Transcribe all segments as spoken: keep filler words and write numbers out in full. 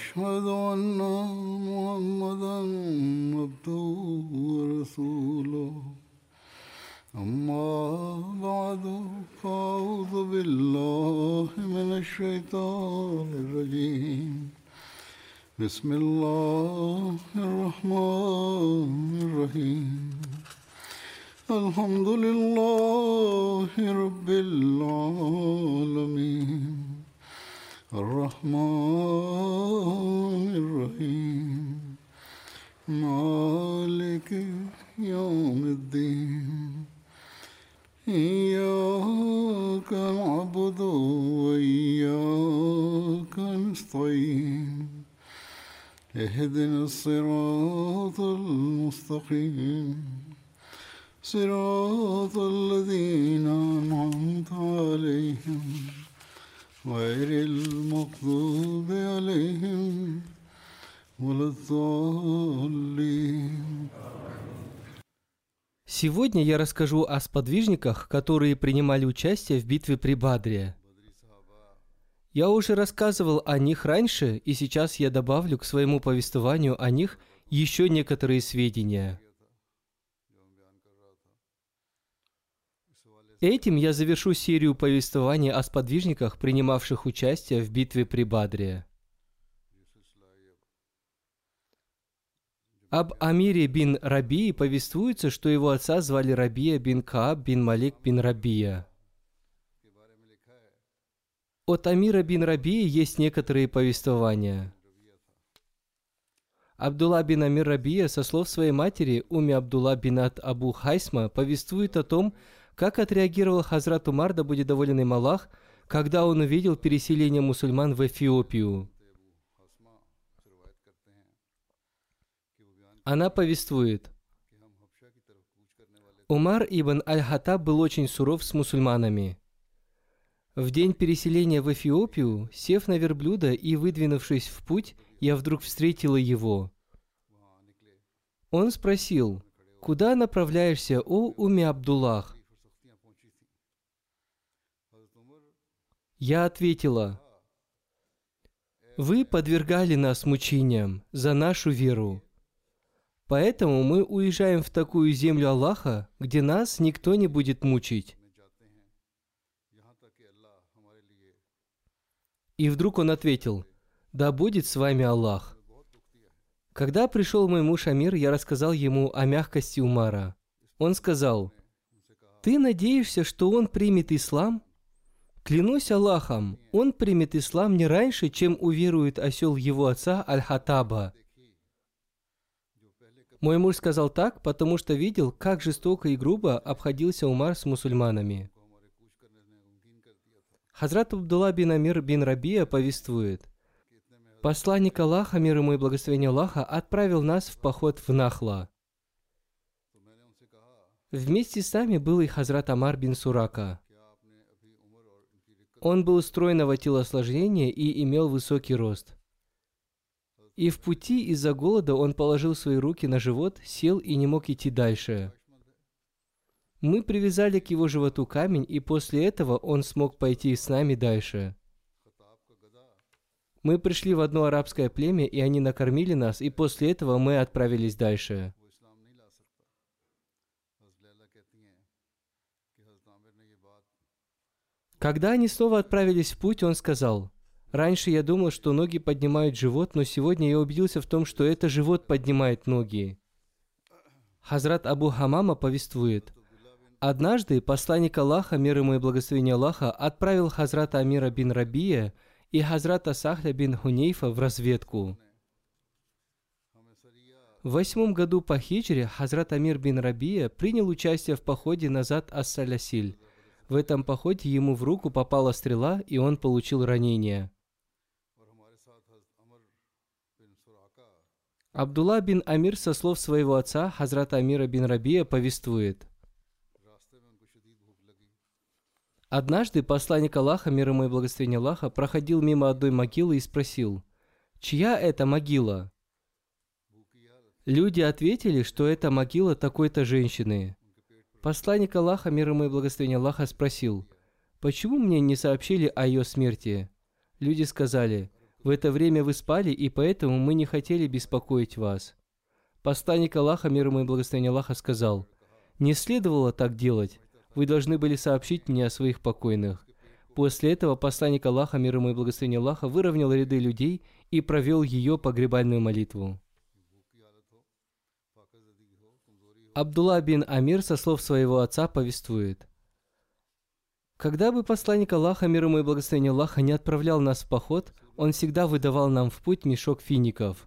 وأشهد أن محمدا عبده ورسوله أما بعد فأعوذ بالله من الشيطان الرجيم بسم الله الرحمن الرحيم الحمد لله رب العالمين الرحمن الرحيم مالك يوم الدين إياك نعبد وإياك نستعين اهدنا الصراط المستقيم صراط الذين أنعمت عليهم غير المغضوب عليهم ولا الضالين. Сегодня я расскажу о сподвижниках, которые принимали участие в битве при Бадре. Я уже рассказывал о них раньше, и сейчас я добавлю к своему повествованию о них еще некоторые сведения. Этим я завершу серию повествований о сподвижниках, принимавших участие в битве при Бадре. Об Амире бин Рабии повествуется, что его отца звали Рабия бин Кааб бин Малик бин Рабия. От Амира бин Рабии есть некоторые повествования. Абдулла бин Амир Рабия, со слов своей матери, Уми Абдулла бинат Абу Хайсма, повествует о том, как отреагировал Хазрат Умар, да будет доволен им Аллах, когда он увидел переселение мусульман в Эфиопию. Она повествует: Умар ибн Аль-Хаттаб был очень суров с мусульманами. В день переселения в Эфиопию, сев на верблюда и выдвинувшись в путь, я вдруг встретила его. Он спросил: «Куда направляешься, о Уми Абдуллах?» Я ответила: «Вы подвергали нас мучениям за нашу веру. Поэтому мы уезжаем в такую землю Аллаха, где нас никто не будет мучить». И вдруг он ответил: «Да будет с вами Аллах». Когда пришел мой муж Амир, я рассказал ему о мягкости Умара. Он сказал: «Ты надеешься, что он примет ислам? Клянусь Аллахом, он примет ислам не раньше, чем уверует осел его отца Аль-Хаттаба». Мой муж сказал так, потому что видел, как жестоко и грубо обходился Умар с мусульманами. Хазрат Абдулла бин Амир бин Рабия повествует: «Посланник Аллаха, мир ему и благословение Аллаха, отправил нас в поход в Нахла. Вместе с нами был и Хазрат Амар бин Сурака. Он был стройного телосложения и имел высокий рост. И в пути из-за голода он положил свои руки на живот, сел и не мог идти дальше. Мы привязали к его животу камень, и после этого он смог пойти с нами дальше. Мы пришли в одно арабское племя, и они накормили нас, и после этого мы отправились дальше». Когда они снова отправились в путь, он сказал: «Раньше я думал, что ноги поднимают живот, но сегодня я убедился в том, что это живот поднимает ноги». Хазрат Абу Хамама повествует: «Однажды посланник Аллаха, мир ему и благословение Аллаха, отправил Хазрата Амира бин Рабия и Хазрата Сахля бин Хунейфа в разведку. В восьмом году по хиджре Хазрат Амир бин Рабия принял участие в походе назад ас-Салясиль. В этом походе ему в руку попала стрела, и он получил ранение. Абдулла бин Амир, со слов своего отца, Хазрата Амира бин Рабия, повествует: «Однажды посланник Аллаха, мир ему и благословение Аллаха, проходил мимо одной могилы и спросил: чья это могила? Люди ответили, что это могила такой-то женщины. Посланник Аллаха, мир ему и благословение Аллаха, спросил: почему мне не сообщили о ее смерти? Люди сказали: В это время вы спали, и поэтому мы не хотели беспокоить вас. Посланник Аллаха, мир ему и благословение Аллаха, сказал: «Не следовало так делать. Вы должны были сообщить мне о своих покойных». После этого посланник Аллаха, мир ему и благословение Аллаха, выровнял ряды людей и провел ее погребальную молитву. Абдулла бин Амир со слов своего отца повествует: «Когда бы посланник Аллаха, мир ему и благословение Аллаха, не отправлял нас в поход, он всегда выдавал нам в путь мешок фиников.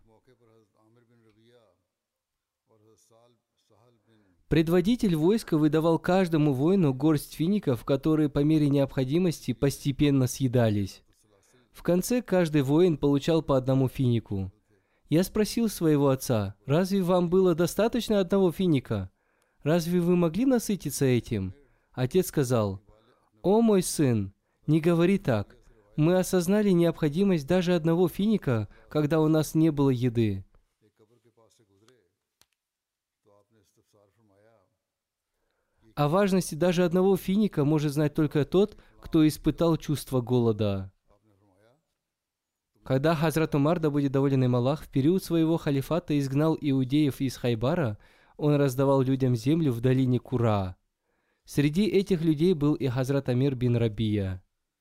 Предводитель войска выдавал каждому воину горсть фиников, которые по мере необходимости постепенно съедались. В конце каждый воин получал по одному финику. Я спросил своего отца: разве вам было достаточно одного финика? Разве вы могли насытиться этим? Отец сказал: «О мой сын, не говори так. Мы осознали необходимость даже одного финика, когда у нас не было еды». О важности даже одного финика может знать только тот, кто испытал чувство голода. Когда Хазрат Умар, да будет доволен им Аллах, в период своего халифата изгнал иудеев из Хайбара, он раздавал людям землю в долине Кура. Среди этих людей был и Хазрат Амир бин Рабия.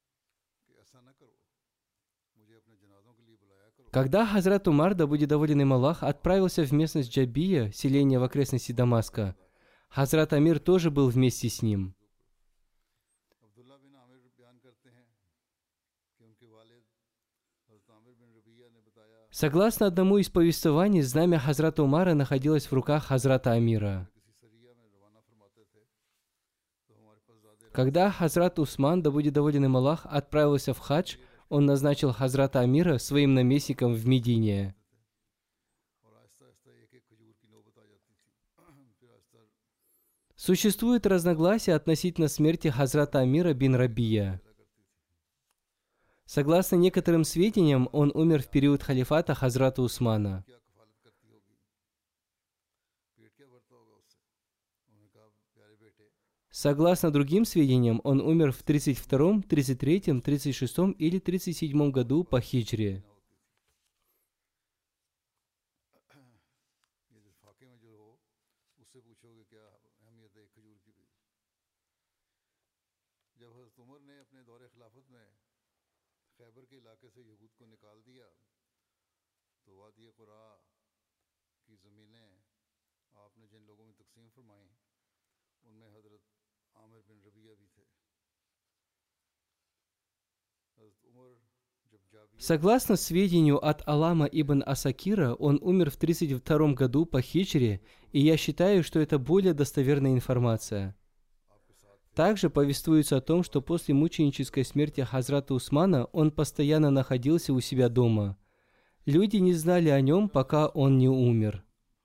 Когда Хазрат Умар, да будет доволен им Аллах, отправился в местность Джабия, селение в окрестности Дамаска, Хазрат Амир тоже был вместе с ним. Согласно одному из повествований, знамя Хазрата Умара находилось в руках Хазрата Амира. Когда Хазрат Усман, да будет доволен им Аллах, отправился в хадж, он назначил Хазрата Амира своим наместником в Медине. Существует разногласие относительно смерти Хазрата Амира бин Рабия. Согласно некоторым сведениям, он умер в период халифата Хазрата Усмана. Согласно другим сведениям, он умер в тридцать втором, тридцать третьем, тридцать шестом или тридцать седьмом году по хиджре. Согласно сведению от Алама ибн Асакира, он умер в тридцать втором году по хиджре, и я считаю, что это более достоверная информация. Также повествуется о том, что после мученической смерти Хазрата Усмана он постоянно находился у себя дома. Люди не знали о нем, пока он не умер.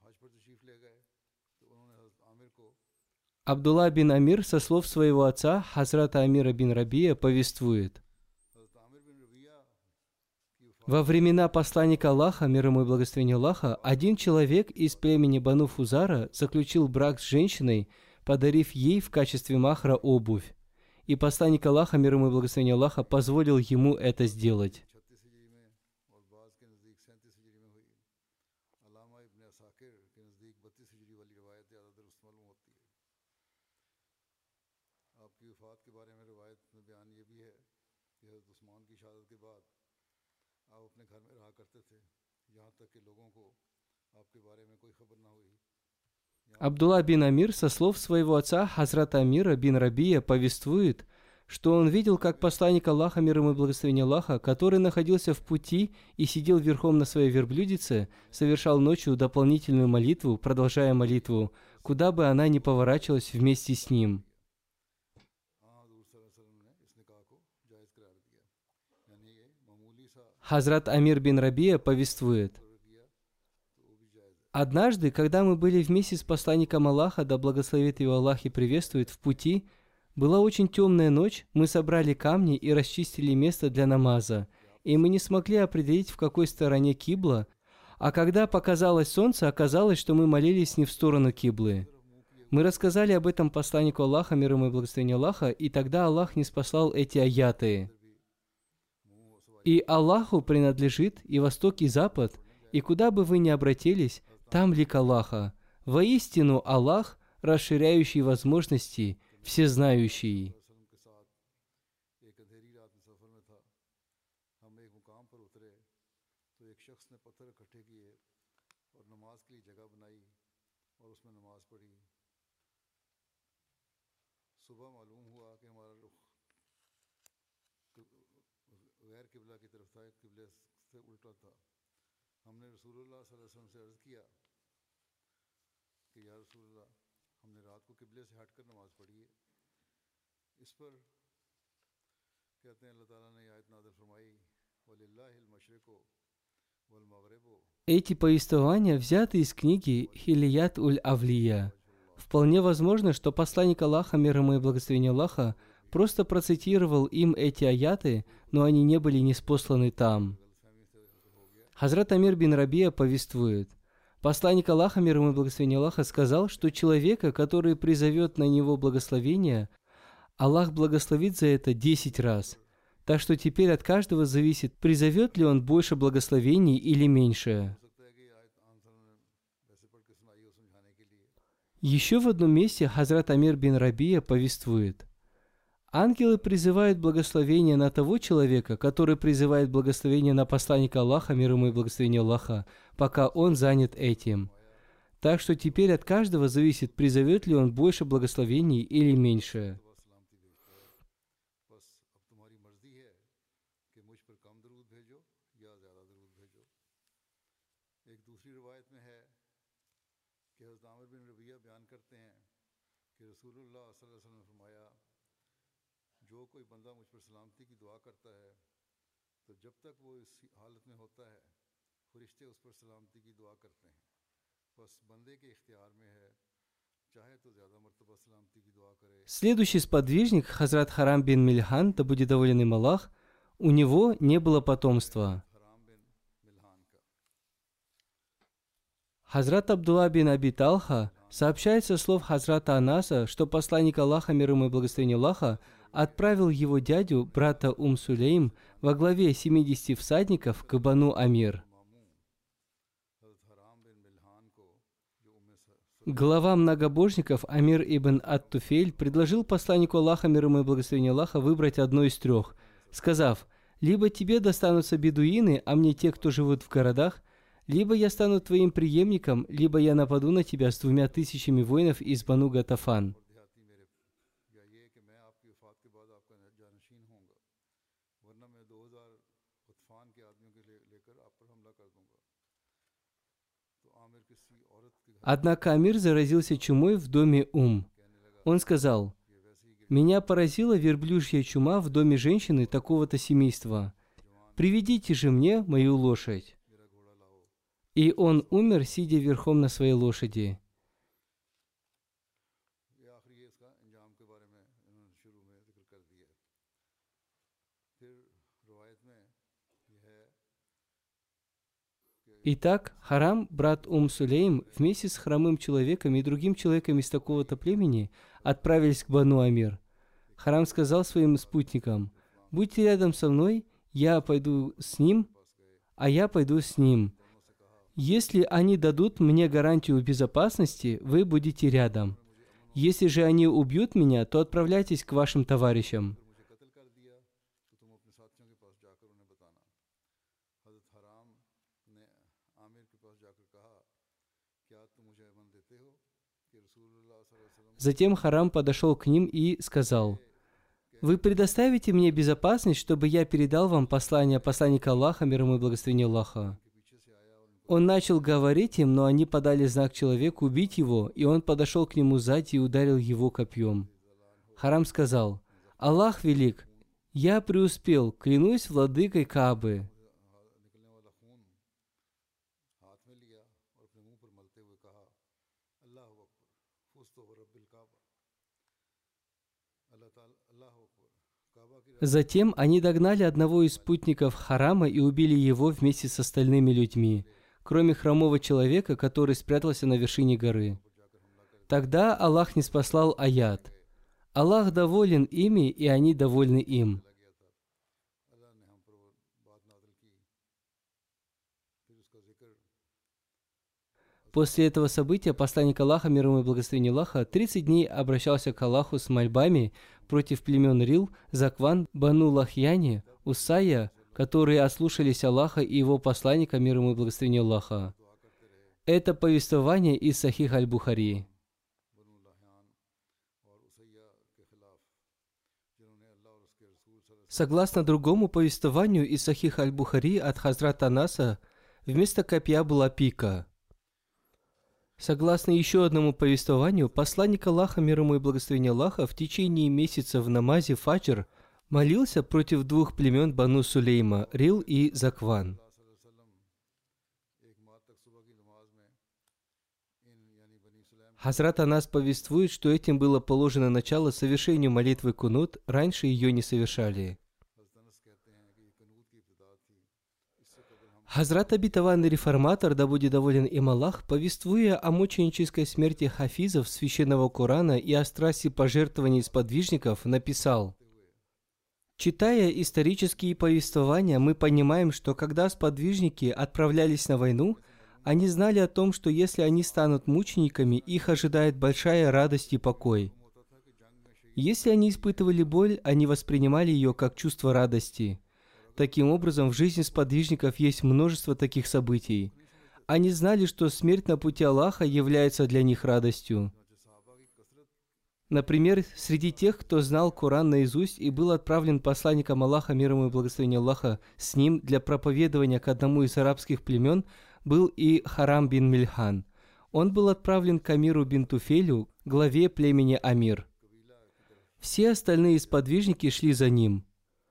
Абдулла бин Амир со слов своего отца, Хазрата Амира бин Рабия, повествует: во времена посланника Аллаха, мир ему и благословение Аллаха, один человек из племени Бану Фузара заключил брак с женщиной, подарив ей в качестве махра обувь. И посланник Аллаха, мир ему и благословение Аллаха, позволил ему это сделать. Абдулла бин Амир со слов своего отца Хазрата Амира бин Рабия повествует, что он видел, как посланник Аллаха, мир ему и благословение Аллаха, который находился в пути и сидел верхом на своей верблюдице, совершал ночью дополнительную молитву, продолжая молитву, куда бы она ни поворачивалась вместе с ним. Хазрат Амир бин Рабия повествует: однажды, когда мы были вместе с посланником Аллаха, да благословит его Аллах и приветствует, в пути, была очень темная ночь, мы собрали камни и расчистили место для намаза, и мы не смогли определить, в какой стороне кибла, а когда показалось солнце, оказалось, что мы молились не в сторону киблы. Мы рассказали об этом посланнику Аллаха, мир ему и благословение Аллаха, и тогда Аллах ниспослал эти аяты. И Аллаху принадлежит и восток, и запад, и куда бы вы ни обратились, там лик Аллаха. Воистину Аллах, расширяющий возможности, всезнающий. Эти повествования взяты из книги Хилият уль-Авлия. Вполне возможно, что посланник Аллаха, мир ему и благословение Аллаха, просто процитировал им эти аяты, но они не были ниспосланы там. Хазрат Амир бин Рабия повествует: посланник Аллаха, мир ему и благословение Аллаха, сказал, что человека, который призовет на него благословение, Аллах благословит за это десять раз. Так что теперь от каждого зависит, призовет ли он больше благословений или меньше. Еще в одном месте Хазрат Амир бин Рабия повествует: ангелы призывают благословение на того человека, который призывает благословение на посланника Аллаха, мир ему и благословение Аллаха, пока он занят этим. Так что теперь от каждого зависит, призовет ли он больше благословений или меньше. Следующий сподвижник, Хазрат Харам бин Мильхан, да будет доволен им Аллах, у него не было потомства. Хазрат Абдулла бин Аби Талха сообщает со слов Хазрата Анаса, что посланник Аллаха, мир ему и благословение Аллаха, отправил его дядю, брата Ум Сулейм, во главе семидесяти всадников к Бану Амир. Глава многобожников Амир ибн ат-Туфейль предложил посланнику Аллаха, мир ему и благословение Аллаха, выбрать одно из трех, сказав: либо тебе достанутся бедуины, а мне те, кто живут в городах, либо я стану твоим преемником, либо я нападу на тебя с двумя тысячами воинов из Бану Гатафан. Однако Амир заразился чумой в доме Ум. Он сказал: «Меня поразила верблюжья чума в доме женщины такого-то семейства. Приведите же мне мою лошадь». И он умер, сидя верхом на своей лошади. Итак, Харам, брат Ум Сулейм, вместе с хромым человеком и другим человеком из такого-то племени отправились к Бану Амир. Харам сказал своим спутникам: «Будьте рядом со мной, я пойду с ним, а я пойду с ним. Если они дадут мне гарантию безопасности, вы будете рядом. Если же они убьют меня, то отправляйтесь к вашим товарищам». Затем Харам подошел к ним и сказал: «Вы предоставите мне безопасность, чтобы я передал вам послание посланника Аллаха, мир ему и благословение Аллаха». Он начал говорить им, но они подали знак человеку убить его, и он подошел к нему сзади и ударил его копьем. Харам сказал: «Аллах велик, я преуспел, клянусь владыкой Каабы». Затем они догнали одного из спутников Харама и убили его вместе с остальными людьми, кроме хромого человека, который спрятался на вершине горы. Тогда Аллах ниспослал аят: «Аллах доволен ими, и они довольны им». После этого события посланник Аллаха, мир ему и благословение Аллаха, тридцать дней обращался к Аллаху с мольбами против племен Рил, Закван, Бану Лахьяни, Усайя, которые ослушались Аллаха и его посланника, мир ему и благословение Аллаха. Это повествование из Сахих аль-Бухари. Согласно другому повествованию из Сахих аль-Бухари от Хазрата Анаса, вместо копья была пика. Согласно еще одному повествованию, посланник Аллаха, мир ему и благословение Аллаха, в течение месяца в намазе фаджр молился против двух племен Бану Сулейма, Рил и Закван. Хазрат Анас повествует, что этим было положено начало совершению молитвы кунут, раньше ее не совершали. Хазрат обетованный реформатор, да будет доволен им Аллах, повествуя о мученической смерти хафизов священного Корана и о страсти пожертвований сподвижников, написал: «Читая исторические повествования, мы понимаем, что когда сподвижники отправлялись на войну, они знали о том, что если они станут мучениками, их ожидает большая радость и покой. Если они испытывали боль, они воспринимали ее как чувство радости. Таким образом, в жизни сподвижников есть множество таких событий. Они знали, что смерть на пути Аллаха является для них радостью. Например, среди тех, кто знал Коран наизусть и был отправлен посланником Аллаха, мир ему и благословение Аллаха, с ним для проповедования к одному из арабских племен, был и Харам бин Мильхан. Он был отправлен к Амиру бин Туфейлю, главе племени Амир. Все остальные сподвижники шли за ним.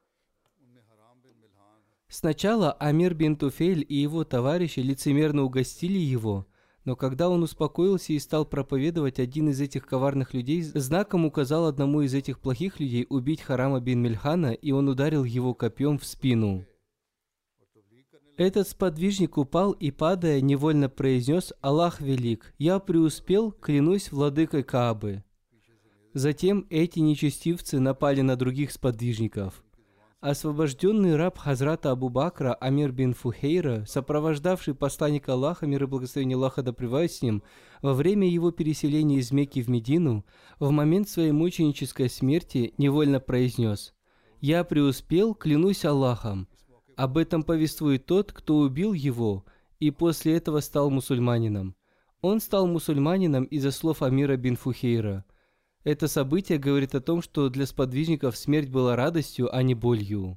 Сначала Амир бин Туфейль и его товарищи лицемерно угостили его, но когда он успокоился и стал проповедовать, один из этих коварных людей знаком указал одному из этих плохих людей убить Харама бин Мильхана, и он ударил его копьем в спину. Этот сподвижник упал и, падая, невольно произнес: «Аллах велик, я преуспел, клянусь владыкой Каабы». Затем эти нечестивцы напали на других сподвижников. Освобожденный раб Хазрата Абу Бакра Амир бин Фухейра, сопровождавший посланника Аллаха, мир и благословение Аллаха да пребывает с ним, во время его переселения из Мекки в Медину, в момент своей мученической смерти невольно произнес: «Я преуспел, клянусь Аллахом». Об этом повествует тот, кто убил его, и после этого стал мусульманином. Он стал мусульманином из-за слов Амира бин Фухейра. Это событие говорит о том, что для сподвижников смерть была радостью, а не болью.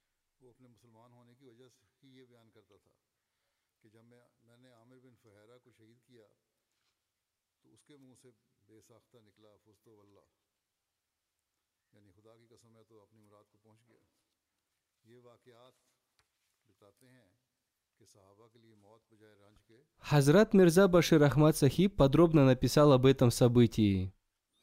Хазрат Мирза Башир Ахмад Сахиб подробно написал об этом событии.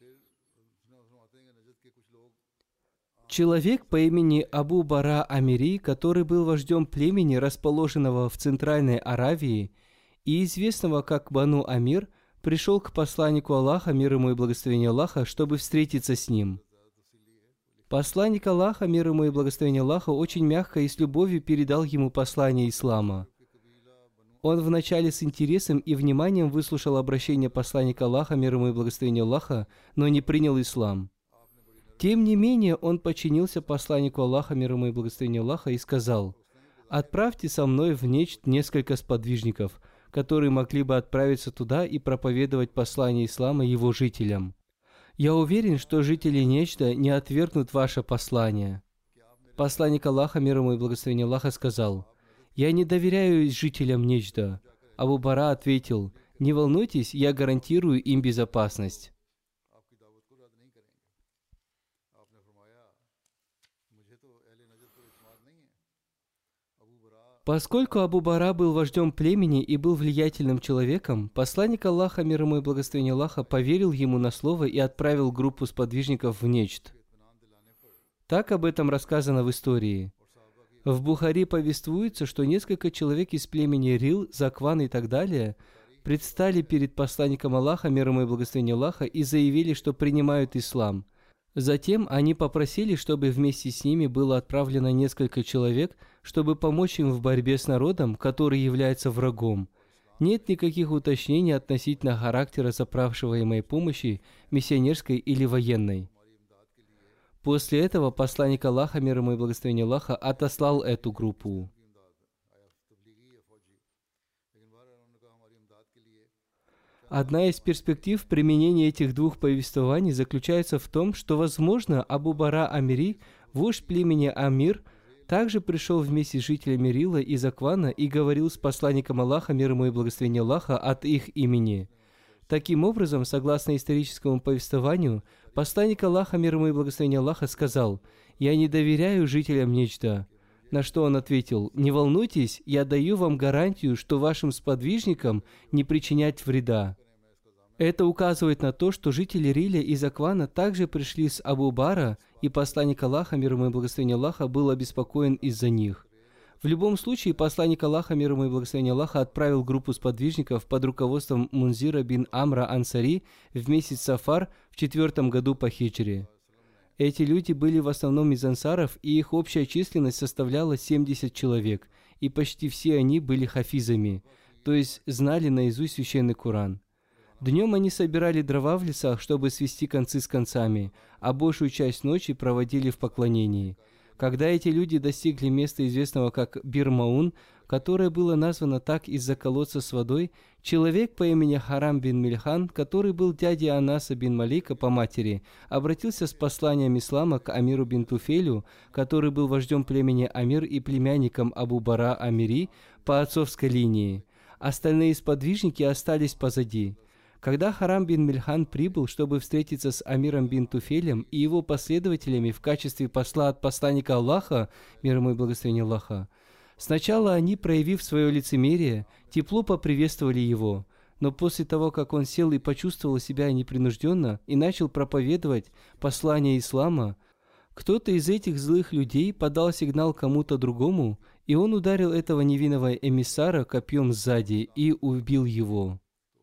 Человек по имени Абу Бара Амири, который был вождем племени, расположенного в Центральной Аравии и известного как Бану Амир, пришел к посланнику Аллаха, мир ему и благословение Аллаха, чтобы встретиться с ним. Посланник Аллаха, мир ему и благословение Аллаха, очень мягко и с любовью передал ему послание ислама. Он вначале с интересом и вниманием выслушал обращение посланника Аллаха, мир ему и благословение Аллаха, но не принял ислам. Тем не менее, он подчинился посланнику Аллаха, мир ему и благословение Аллаха, и сказал: «Отправьте со мной в Нечд несколько сподвижников, которые могли бы отправиться туда и проповедовать послание ислама его жителям. Я уверен, что жители Нечда не отвергнут ваше послание». Посланник Аллаха, мир ему и благословение Аллаха, сказал: «Я не доверяю жителям Нечда». Абу Бара ответил: «Не волнуйтесь, я гарантирую им безопасность». Поскольку Абу Бара был вождем племени и был влиятельным человеком, посланник Аллаха, мир ему и благословение Аллаха, поверил ему на слово и отправил группу сподвижников в Нечд. Так об этом рассказано в истории. В Бухари повествуется, что несколько человек из племени Рил, Закван и так далее предстали перед посланником Аллаха, мир ему и благословение Аллаха, и заявили, что принимают ислам. Затем они попросили, чтобы вместе с ними было отправлено несколько человек, чтобы помочь им в борьбе с народом, который является врагом. Нет никаких уточнений относительно характера запрашиваемой помощи, миссионерской или военной. После этого посланник Аллаха, мир ему и благословение Аллаха, отослал эту группу. Одна из перспектив применения этих двух повествований заключается в том, что, возможно, Абу-Бара Амири, вождь племени Амир, также пришел вместе с жителями Рила и Заквана и говорил с посланником Аллаха, мир ему и благословение Аллаха, от их имени. Таким образом, согласно историческому повествованию, посланник Аллаха, мир ему и благословение Аллаха, сказал: «Я не доверяю жителям Нечда». На что он ответил: «Не волнуйтесь, я даю вам гарантию, что вашим сподвижникам не причинять вреда». Это указывает на то, что жители Риля и Заквана также пришли с Абу-Бара, и посланник Аллаха, мир ему и благословение Аллаха, был обеспокоен из-за них. В любом случае, посланник Аллаха, мир ему и благословение Аллаха, отправил группу сподвижников под руководством Мунзира бин Амра Ансари в месяц Сафар в четвертом году по хиджре. Эти люди были в основном из ансаров, и их общая численность составляла семьдесят человек, и почти все они были хафизами, то есть знали наизусть священный Коран. Днем они собирали дрова в лесах, чтобы свести концы с концами, а большую часть ночи проводили в поклонении. Когда эти люди достигли места, известного как Бир-Маун, которое было названо так из-за колодца с водой, человек по имени Харам бин Мильхан, который был дядей Анаса бин Малика по матери, обратился с посланием ислама к Амиру бин Туфелю, который был вождем племени Амир и племянником Абу-Бара Амири по отцовской линии. Остальные сподвижники остались позади. Когда Харам бин Мильхан прибыл, чтобы встретиться с Амиром бин Туфелем и его последователями в качестве посла от посланника Аллаха, мир ему и благословение Аллаха, сначала они, проявив свое лицемерие, тепло поприветствовали его, но после того, как он сел и почувствовал себя непринужденно и начал проповедовать послание ислама, кто-то из этих злых людей подал сигнал кому-то другому, и он ударил этого невинного эмиссара копьем сзади и убил его.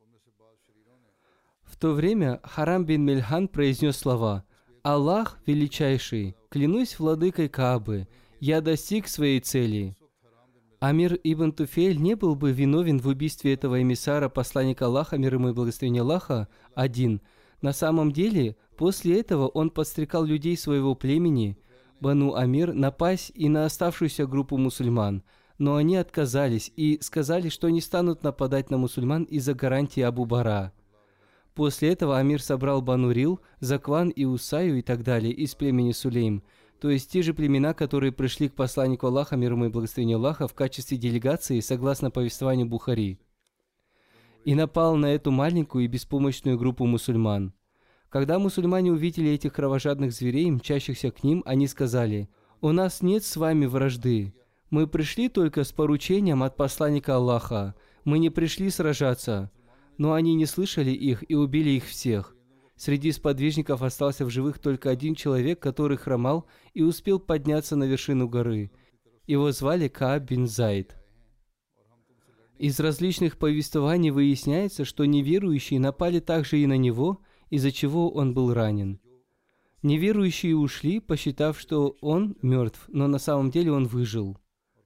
В то время Харам бин Мильхан произнес слова: «Аллах величайший, клянусь владыкой Каабы, я достиг своей цели». Амир ибн Туфель не был бы виновен в убийстве этого эмиссара посланника Аллаха, мир ему и благословение Аллаха, один. На самом деле, после этого он подстрекал людей своего племени, Бану Амир, напасть и на оставшуюся группу мусульман, но они отказались и сказали, что не станут нападать на мусульман из-за гарантии Абу-Бара. После этого Амир собрал Бану Рил, Закван и Усаю и так далее из племени Сулейм, то есть те же племена, которые пришли к посланнику Аллаха, мир ему и благословение Аллаха, в качестве делегации, согласно повествованию Бухари, и напал на эту маленькую и беспомощную группу мусульман. Когда мусульмане увидели этих кровожадных зверей, мчащихся к ним, они сказали: «У нас нет с вами вражды. Мы пришли только с поручением от посланника Аллаха. Мы не пришли сражаться». Но они не слышали их и убили их всех. Среди сподвижников остался в живых только один человек, который хромал и успел подняться на вершину горы. Его звали Кааб бин Зайд. Из различных повествований выясняется, что неверующие напали также и на него, из-за чего он был ранен. Неверующие ушли, посчитав, что он мертв, но на самом деле он выжил.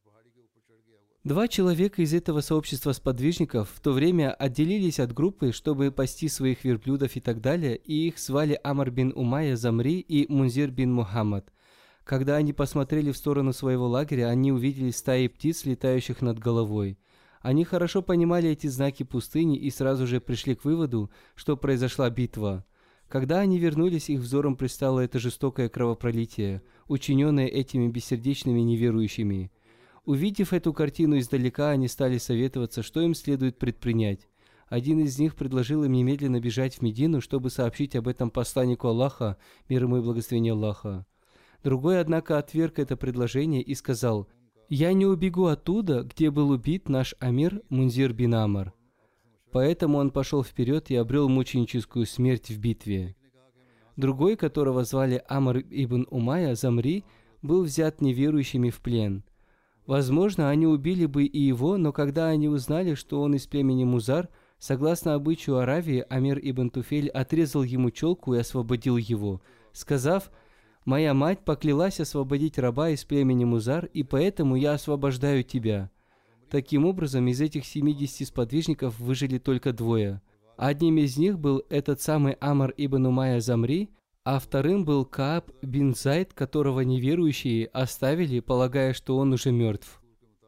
Два человека из этого сообщества сподвижников в то время отделились от группы, чтобы пасти своих верблюдов и так далее, и их звали Амар бин Умайя Замри и Мунзир бин Мухаммад. Когда они посмотрели в сторону своего лагеря, они увидели стаи птиц, летающих над головой. Они хорошо понимали эти знаки пустыни и сразу же пришли к выводу, что произошла битва. Когда они вернулись, их взором предстало это жестокое кровопролитие, учиненное этими бессердечными неверующими. Увидев эту картину издалека, они стали советоваться, что им следует предпринять. Один из них предложил им немедленно бежать в Медину, чтобы сообщить об этом посланнику Аллаха, мир ему и благословение Аллаха. Другой, однако, отверг это предложение и сказал: «Я не убегу оттуда, где был убит наш амир Мунзир бин Амар». Поэтому он пошел вперед и обрел мученическую смерть в битве. Другой, которого звали Амар ибн Умайя Замри, был взят неверующими в плен. Возможно, они убили бы и его, но когда они узнали, что он из племени Музар, согласно обычаю Аравии, Амир ибн Туфель отрезал ему челку и освободил его, сказав: «Моя мать поклялась освободить раба из племени Музар, и поэтому я освобождаю тебя». Таким образом, из этих семидесяти сподвижников выжили только двое. Одним из них был этот самый Амар ибн Умайя Замри, а вторым был Кааб бин Зайд, которого неверующие оставили, полагая, что он уже мертв.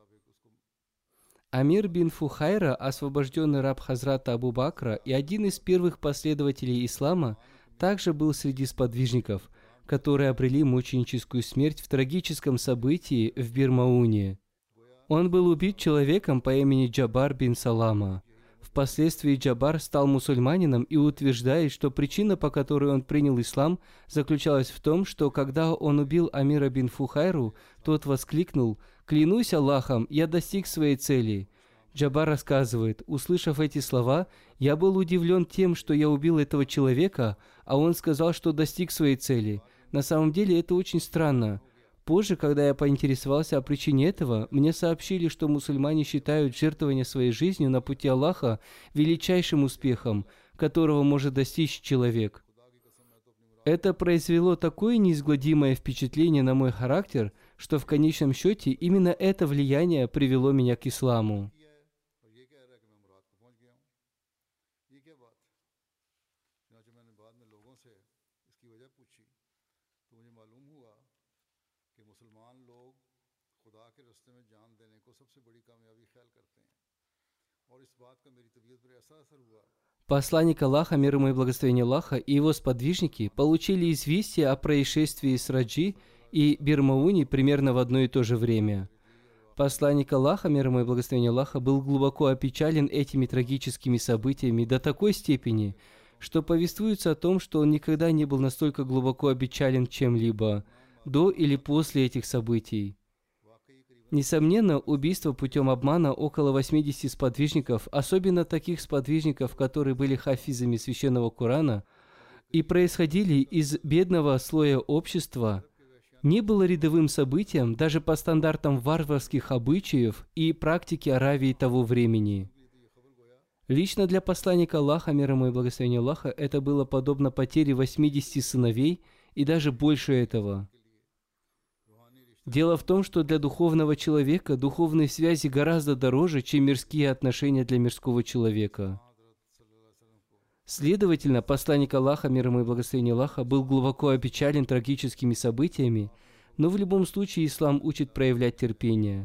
Амир бин Фухайра, освобожденный раб Хазрата Абу Бакра и один из первых последователей ислама, также был среди сподвижников, которые обрели мученическую смерть в трагическом событии в Бирмауне. Он был убит человеком по имени Джабар бин Салама. Впоследствии Джабар стал мусульманином и утверждает, что причина, по которой он принял ислам, заключалась в том, что когда он убил Амира бин Фухайру, тот воскликнул: «Клянусь Аллахом, я достиг своей цели». Джабар рассказывает: услышав эти слова, я был удивлен тем, что я убил этого человека, а он сказал, что достиг своей цели. На самом деле это очень странно. Позже, когда я поинтересовался о причине этого, мне сообщили, что мусульмане считают жертвование своей жизнью на пути Аллаха величайшим успехом, которого может достичь человек. Это произвело такое неизгладимое впечатление на мой характер, что в конечном счете именно это влияние привело меня к исламу. Посланник Аллаха, мир ему и благословение Аллаха, и его сподвижники получили известие о происшествии с Раджи и Бирмауни примерно в одно и то же время. Посланник Аллаха, мир ему и благословение Аллаха, был глубоко опечален этими трагическими событиями до такой степени, что повествуется о том, что он никогда не был настолько глубоко опечален чем-либо до или после этих событий. Несомненно, убийство путем обмана около восьмидесяти сподвижников, особенно таких сподвижников, которые были хафизами священного Корана и происходили из бедного слоя общества, не было рядовым событием даже по стандартам варварских обычаев и практики Аравии того времени. Лично для посланника Аллаха, мир ему и благословение Аллаха, это было подобно потере восьмидесяти сыновей и даже больше этого. Дело в том, что для духовного человека духовные связи гораздо дороже, чем мирские отношения для мирского человека. Следовательно, посланник Аллаха, мир ему и благословение Аллаха, был глубоко опечален трагическими событиями, но в любом случае ислам учит проявлять терпение.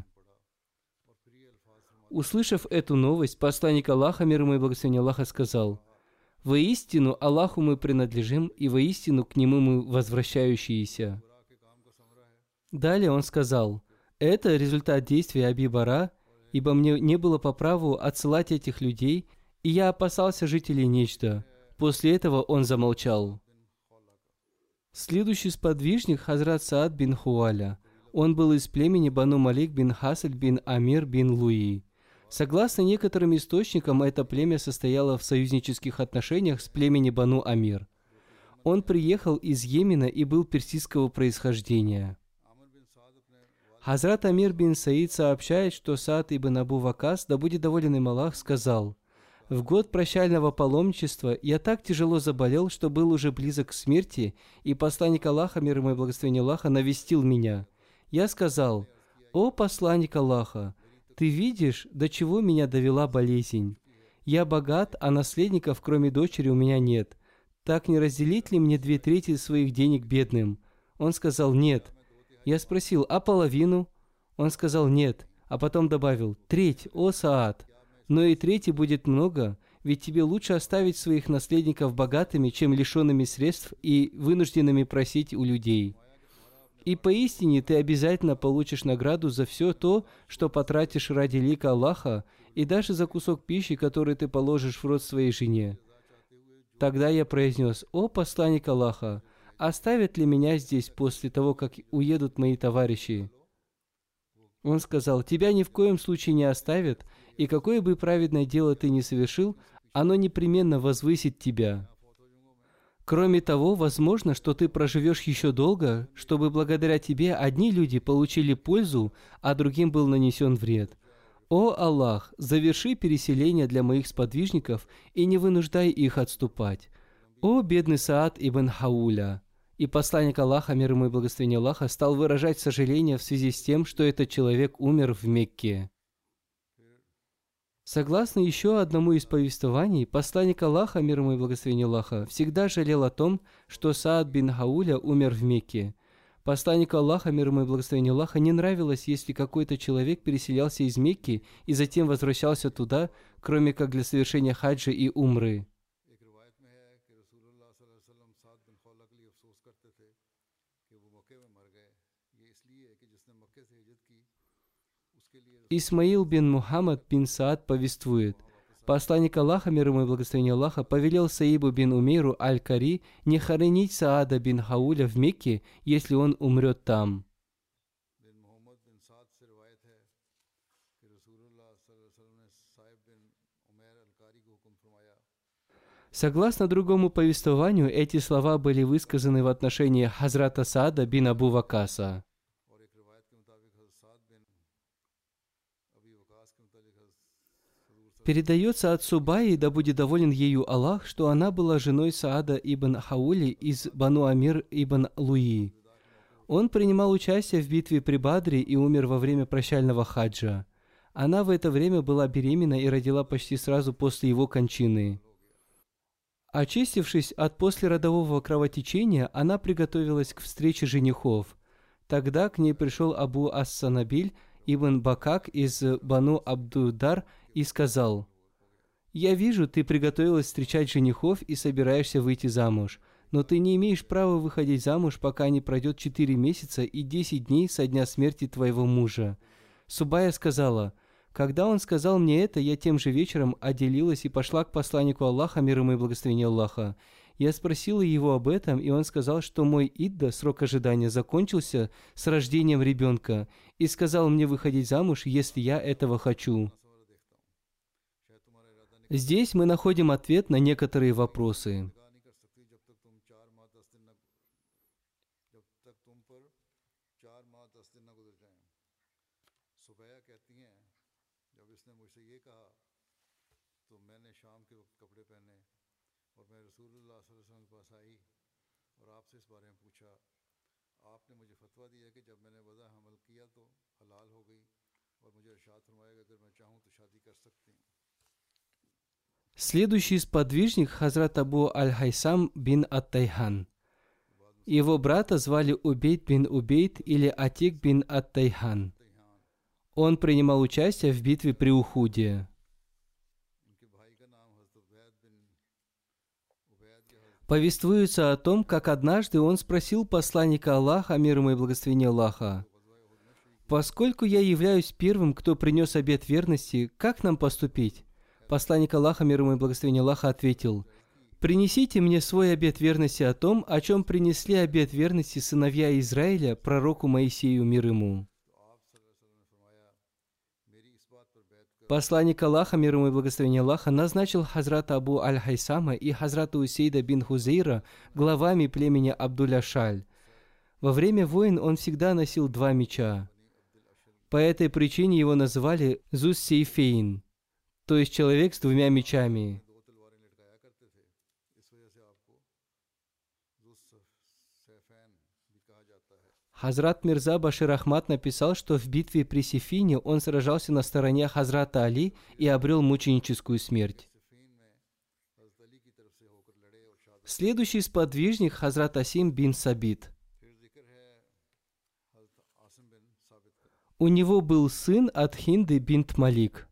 Услышав эту новость, посланник Аллаха, мир ему и благословение Аллаха, сказал: «Воистину Аллаху мы принадлежим, и воистину к Нему мы возвращающиеся». Далее он сказал: «Это результат действия Аби Бара, ибо мне не было по праву отсылать этих людей, и я опасался жителей Нечда». После этого он замолчал. Следующий сподвижник — Хазрат Саад бин Хуаля. Он был из племени Бану Малик бин Хасль бин Амир бин Луи. Согласно некоторым источникам, это племя состояло в союзнических отношениях с племенем Бану Амир. Он приехал из Йемена и был персидского происхождения. Хазрат Амир бин Саид сообщает, что Саад ибн Абу Вакас, да будет доволен им Аллах, сказал: «В год прощального паломничества я так тяжело заболел, что был уже близок к смерти, и посланник Аллаха, мир ему и благословение Аллаха, навестил меня. Я сказал: «О посланник Аллаха, ты видишь, до чего меня довела болезнь? Я богат, а наследников, кроме дочери, у меня нет. Так не разделить ли мне две трети своих денег бедным?» Он сказал: «Нет». Я спросил: «А половину?» Он сказал: «Нет», а потом добавил: «Треть, о Саад! Но и трети будет много, ведь тебе лучше оставить своих наследников богатыми, чем лишенными средств и вынужденными просить у людей. И поистине ты обязательно получишь награду за все то, что потратишь ради лика Аллаха, и даже за кусок пищи, который ты положишь в рот своей жене». Тогда я произнес: «О посланник Аллаха, оставят ли меня здесь после того, как уедут мои товарищи?» Он сказал: «Тебя ни в коем случае не оставят, и какое бы праведное дело ты ни совершил, оно непременно возвысит тебя. Кроме того, возможно, что ты проживешь еще долго, чтобы благодаря тебе одни люди получили пользу, а другим был нанесен вред. О Аллах, заверши переселение для моих сподвижников и не вынуждай их отступать. О бедный Саад ибн Хауля». И посланник Аллаха, мир ему и благословение Аллаха, стал выражать сожаление в связи с тем, что этот человек умер в Мекке. Согласно еще одному из повествований, посланник Аллаха, мир ему и благословение Аллаха, всегда жалел о том, что Саад бин Хауля умер в Мекке. Посланнику Аллаха, мир ему и благословение Аллаха, не нравилось, если какой-то человек переселялся из Мекки и затем возвращался туда, кроме как для совершения хаджа и умры. Исмаил бин Мухаммад бин Саад повествует: посланник Аллаха, мир ему и благословение Аллаха, повелел Саибу бин Умейру аль-Кари не хоронить Саада бин Хауля в Мекке, если он умрет там. Согласно другому повествованию, эти слова были высказаны в отношении Хазрата Саада бин Абу Вакаса. Передается от Субаи, да будет доволен ею Аллах, что она была женой Саада ибн Хаули из Бану Амир ибн Луи. Он принимал участие в битве при Бадре и умер во время прощального хаджа. Она в это время была беременна и родила почти сразу после его кончины. Очистившись от послеродового кровотечения, она приготовилась к встрече женихов. Тогда к ней пришел Абу Ас-Санабиль ибн Бакак из Бану Абдудар и сказал: «Я вижу, ты приготовилась встречать женихов и собираешься выйти замуж, но ты не имеешь права выходить замуж, пока не пройдет четыре месяца и десять дней со дня смерти твоего мужа». Субая сказала: «Когда он сказал мне это, я тем же вечером отделилась и пошла к посланнику Аллаха, мир ему и благословение Аллаха. Я спросила его об этом, и он сказал, что мой идда, срок ожидания, закончился с рождением ребенка, и сказал мне выходить замуж, если я этого хочу». Здесь мы находим ответ на некоторые вопросы. Следующий сподвижник Хазрат Абу Аль-Хайсам бин Ат-Тайхан. Его брата звали Убейд бин Убейд или Атик бин Ат-Тайхан. Он принимал участие в битве при Ухуде. Повествуется о том, как однажды он спросил посланника Аллаха, мир ему и благословение Аллаха: «Поскольку я являюсь первым, кто принес обет верности, как нам поступить?» Посланник Аллаха, мир ему и благословение Аллаха, ответил: «Принесите мне свой обет верности о том, о чем принесли обет верности сыновья Израиля пророку Моисею, мир ему». Посланник Аллаха, мир ему и благословение Аллаха, назначил Хазрата Абу Аль-Хайсама и Хазрата Усейда бин Хузейра главами племени Абдуль-Ашаль. Во время войн он всегда носил два меча. По этой причине его называли Зус-Сейфейн, то есть человек с двумя мечами. Хазрат Мирза Башир Ахмад написал, что в битве при Сифине он сражался на стороне Хазрата Али и обрел мученическую смерть. Следующий сподвижник Хазрат Асим бин Сабит. У него был сын от Хинды бинт Малик.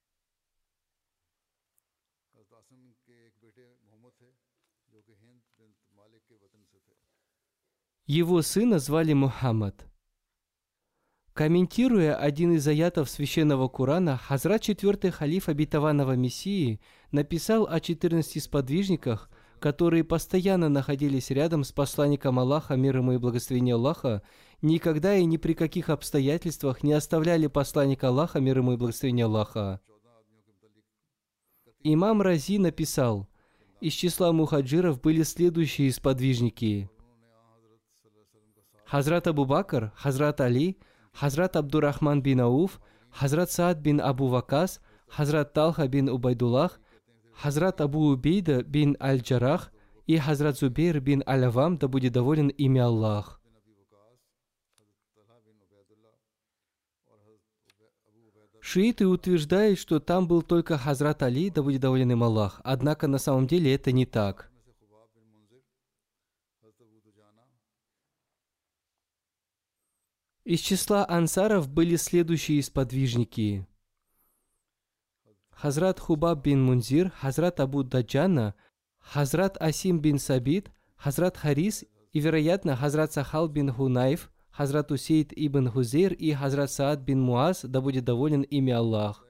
Его сына звали Мухаммад. Комментируя один из аятов Священного Корана, Хазрат четвертый халиф обетованного Мессии написал о четырнадцати сподвижниках, которые постоянно находились рядом с посланником Аллаха, мир ему и благословение Аллаха, никогда и ни при каких обстоятельствах не оставляли посланника Аллаха, мир ему и благословение Аллаха. Имам Рази написал: из числа мухаджиров были следующие сподвижники: Хазрат Абу Бакр, Хазрат Али, Хазрат Абдурахман бин Ауф, Хазрат Саад бин Абу Вакас, Хазрат Талха бин Убайдуллах, Хазрат Абу Убейда бин Аль-Джарах и Хазрат Зубейр бин Аль-Авам, да будет доволен ими Аллах. Шииты утверждают, что там был только Хазрат Али, да будет доволен им Аллах. Однако на самом деле это не так. Из числа ансаров были следующие сподвижники: Хазрат Хубаб бин Мунзир, Хазрат Абу Даджана, Хазрат Асим бин Сабит, Хазрат Харис и, вероятно, Хазрат Сахал бин Хунайф, Хазрат Усейд ибн Хузейр и Хазрат Саад бин Муаз, да будет доволен ими Аллах.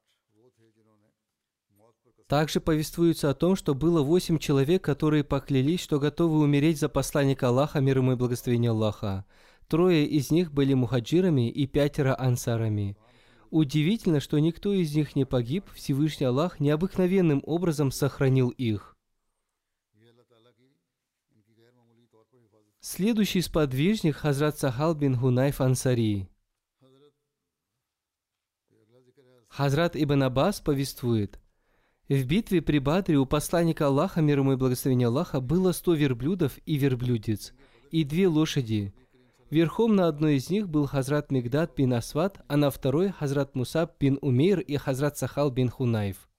Также повествуется о том, что было восемь человек, которые поклялись, что готовы умереть за посланника Аллаха, мир ему и благословение Аллаха. Трое из них были мухаджирами и пятеро ансарами. Удивительно, что никто из них не погиб, Всевышний Аллах необыкновенным образом сохранил их. Следующий сподвижник Хазрат Сахал бин Хунайф Ансари. Хазрат Ибн Аббас повествует: в битве при Бадре у посланника Аллаха, мир ему и благословение Аллаха, было сто верблюдов и верблюдец, и две лошади. Верхом на одной из них был Хазрат Мигдад бин Асвад, а на второй Хазрат Мусаб бин Умейр и Хазрат Сахал бин Хунайф.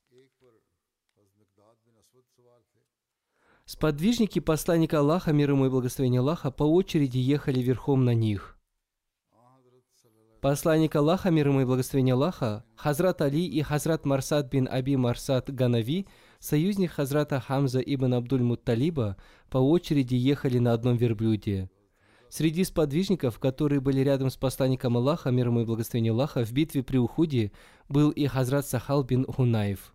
Сподвижники посланника Аллаха, мир ему и благословение Аллаха, по очереди ехали верхом на них. Посланник Аллаха, мир ему и благословение Аллаха, Хазрат Али и Хазрат Марсад бин Аби Марсад Ганави, союзник Хазрата Хамза ибн Абдуль-Мутталиба, по очереди ехали на одном верблюде. Среди сподвижников, которые были рядом с посланником Аллаха, мир ему и благословение Аллаха, в битве при Ухуде был и Хазрат Сахал бин Хунайф.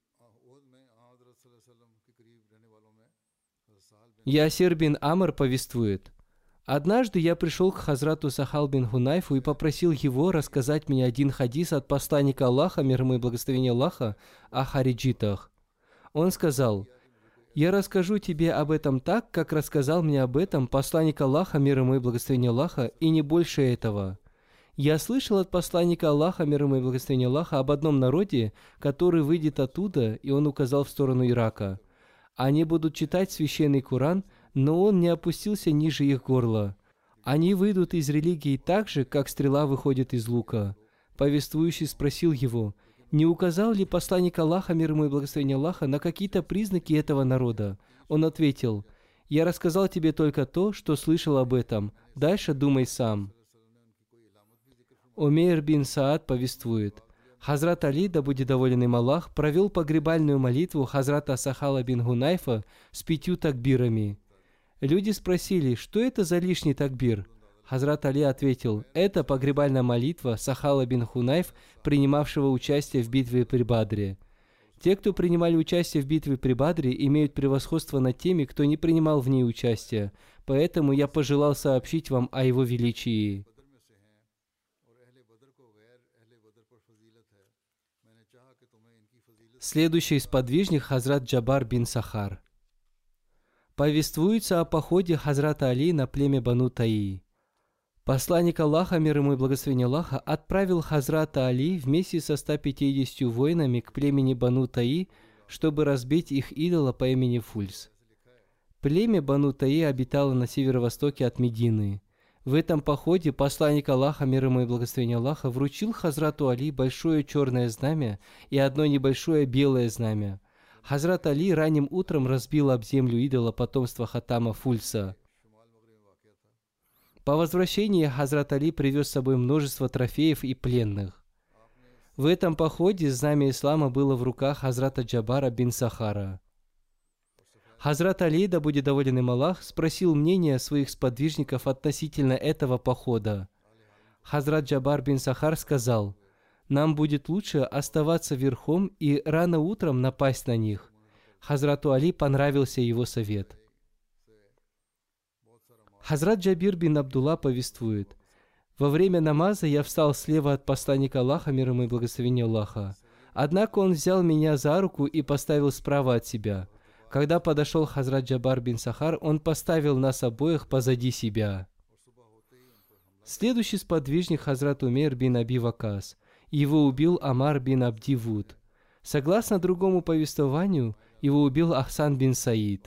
Ясир бин Амр повествует: однажды я пришел к Хазрату Сахал бин Хунайфу и попросил его рассказать мне один хадис от посланника Аллаха, мир ему и благословение Аллаха, о хариджитах. Он сказал: я расскажу тебе об этом так, как рассказал мне об этом посланник Аллаха, мир ему и благословение Аллаха, и не больше этого. Я слышал от посланника Аллаха, мир ему и благословение Аллаха, об одном народе, который выйдет оттуда, и он указал в сторону Ирака. Они будут читать священный Коран, но он не опустился ниже их горла. Они выйдут из религии так же, как стрела выходит из лука. Повествующий спросил его: не указал ли посланник Аллаха, мир ему и благословение Аллаха, на какие-то признаки этого народа? Он ответил: я рассказал тебе только то, что слышал об этом. Дальше думай сам. Умейр бин Саад повествует: Хазрат Али, да будет доволен им Аллах, провел погребальную молитву Хазрата Сахала бин Хунайфа с пятью такбирами. Люди спросили, что это за лишний такбир? Хазрат Али ответил: это погребальная молитва Сахала бин Хунайф, принимавшего участие в битве при Бадре. Те, кто принимали участие в битве при Бадре, имеют превосходство над теми, кто не принимал в ней участие, поэтому я пожелал сообщить вам о его величии. Следующий сподвижник Хазрат Джабар бин Сахар. Повествуется о походе Хазрата Али на племя Бану Таи. Посланник Аллаха, мир ему и благословение Аллаха, отправил Хазрата Али вместе со ста пятьюдесятью воинами к племени Бану Таи, чтобы разбить их идола по имени Фульс. Племя Бану Таи обитало на северо-востоке от Медины. В этом походе посланник Аллаха, мир ему и благословение Аллаха, вручил Хазрату Али большое черное знамя и одно небольшое белое знамя. Хазрат Али ранним утром разбил об землю идола потомства Хатама Фульса. По возвращении Хазрат Али привез с собой множество трофеев и пленных. В этом походе знамя ислама было в руках Хазрата Джабара бин Сахара. Хазрат Али, да будет доволен им Аллах, спросил мнение своих сподвижников относительно этого похода. Хазрат Джабар бин Сахар сказал: нам будет лучше оставаться верхом и рано утром напасть на них. Хазрату Али понравился его совет. Хазрат Джабир бин Абдулла повествует: во время намаза я встал слева от посланника Аллаха, мир ему и благословение Аллаха. Однако он взял меня за руку и поставил справа от себя. Когда подошел Хазрат Джабар бин Сахар, он поставил нас обоих позади себя. Следующий сподвижник Хазрат Умейр бин Аби Вакас. Его убил Амар бин Абди Вуд. Согласно другому повествованию, его убил Ахсан бин Саид.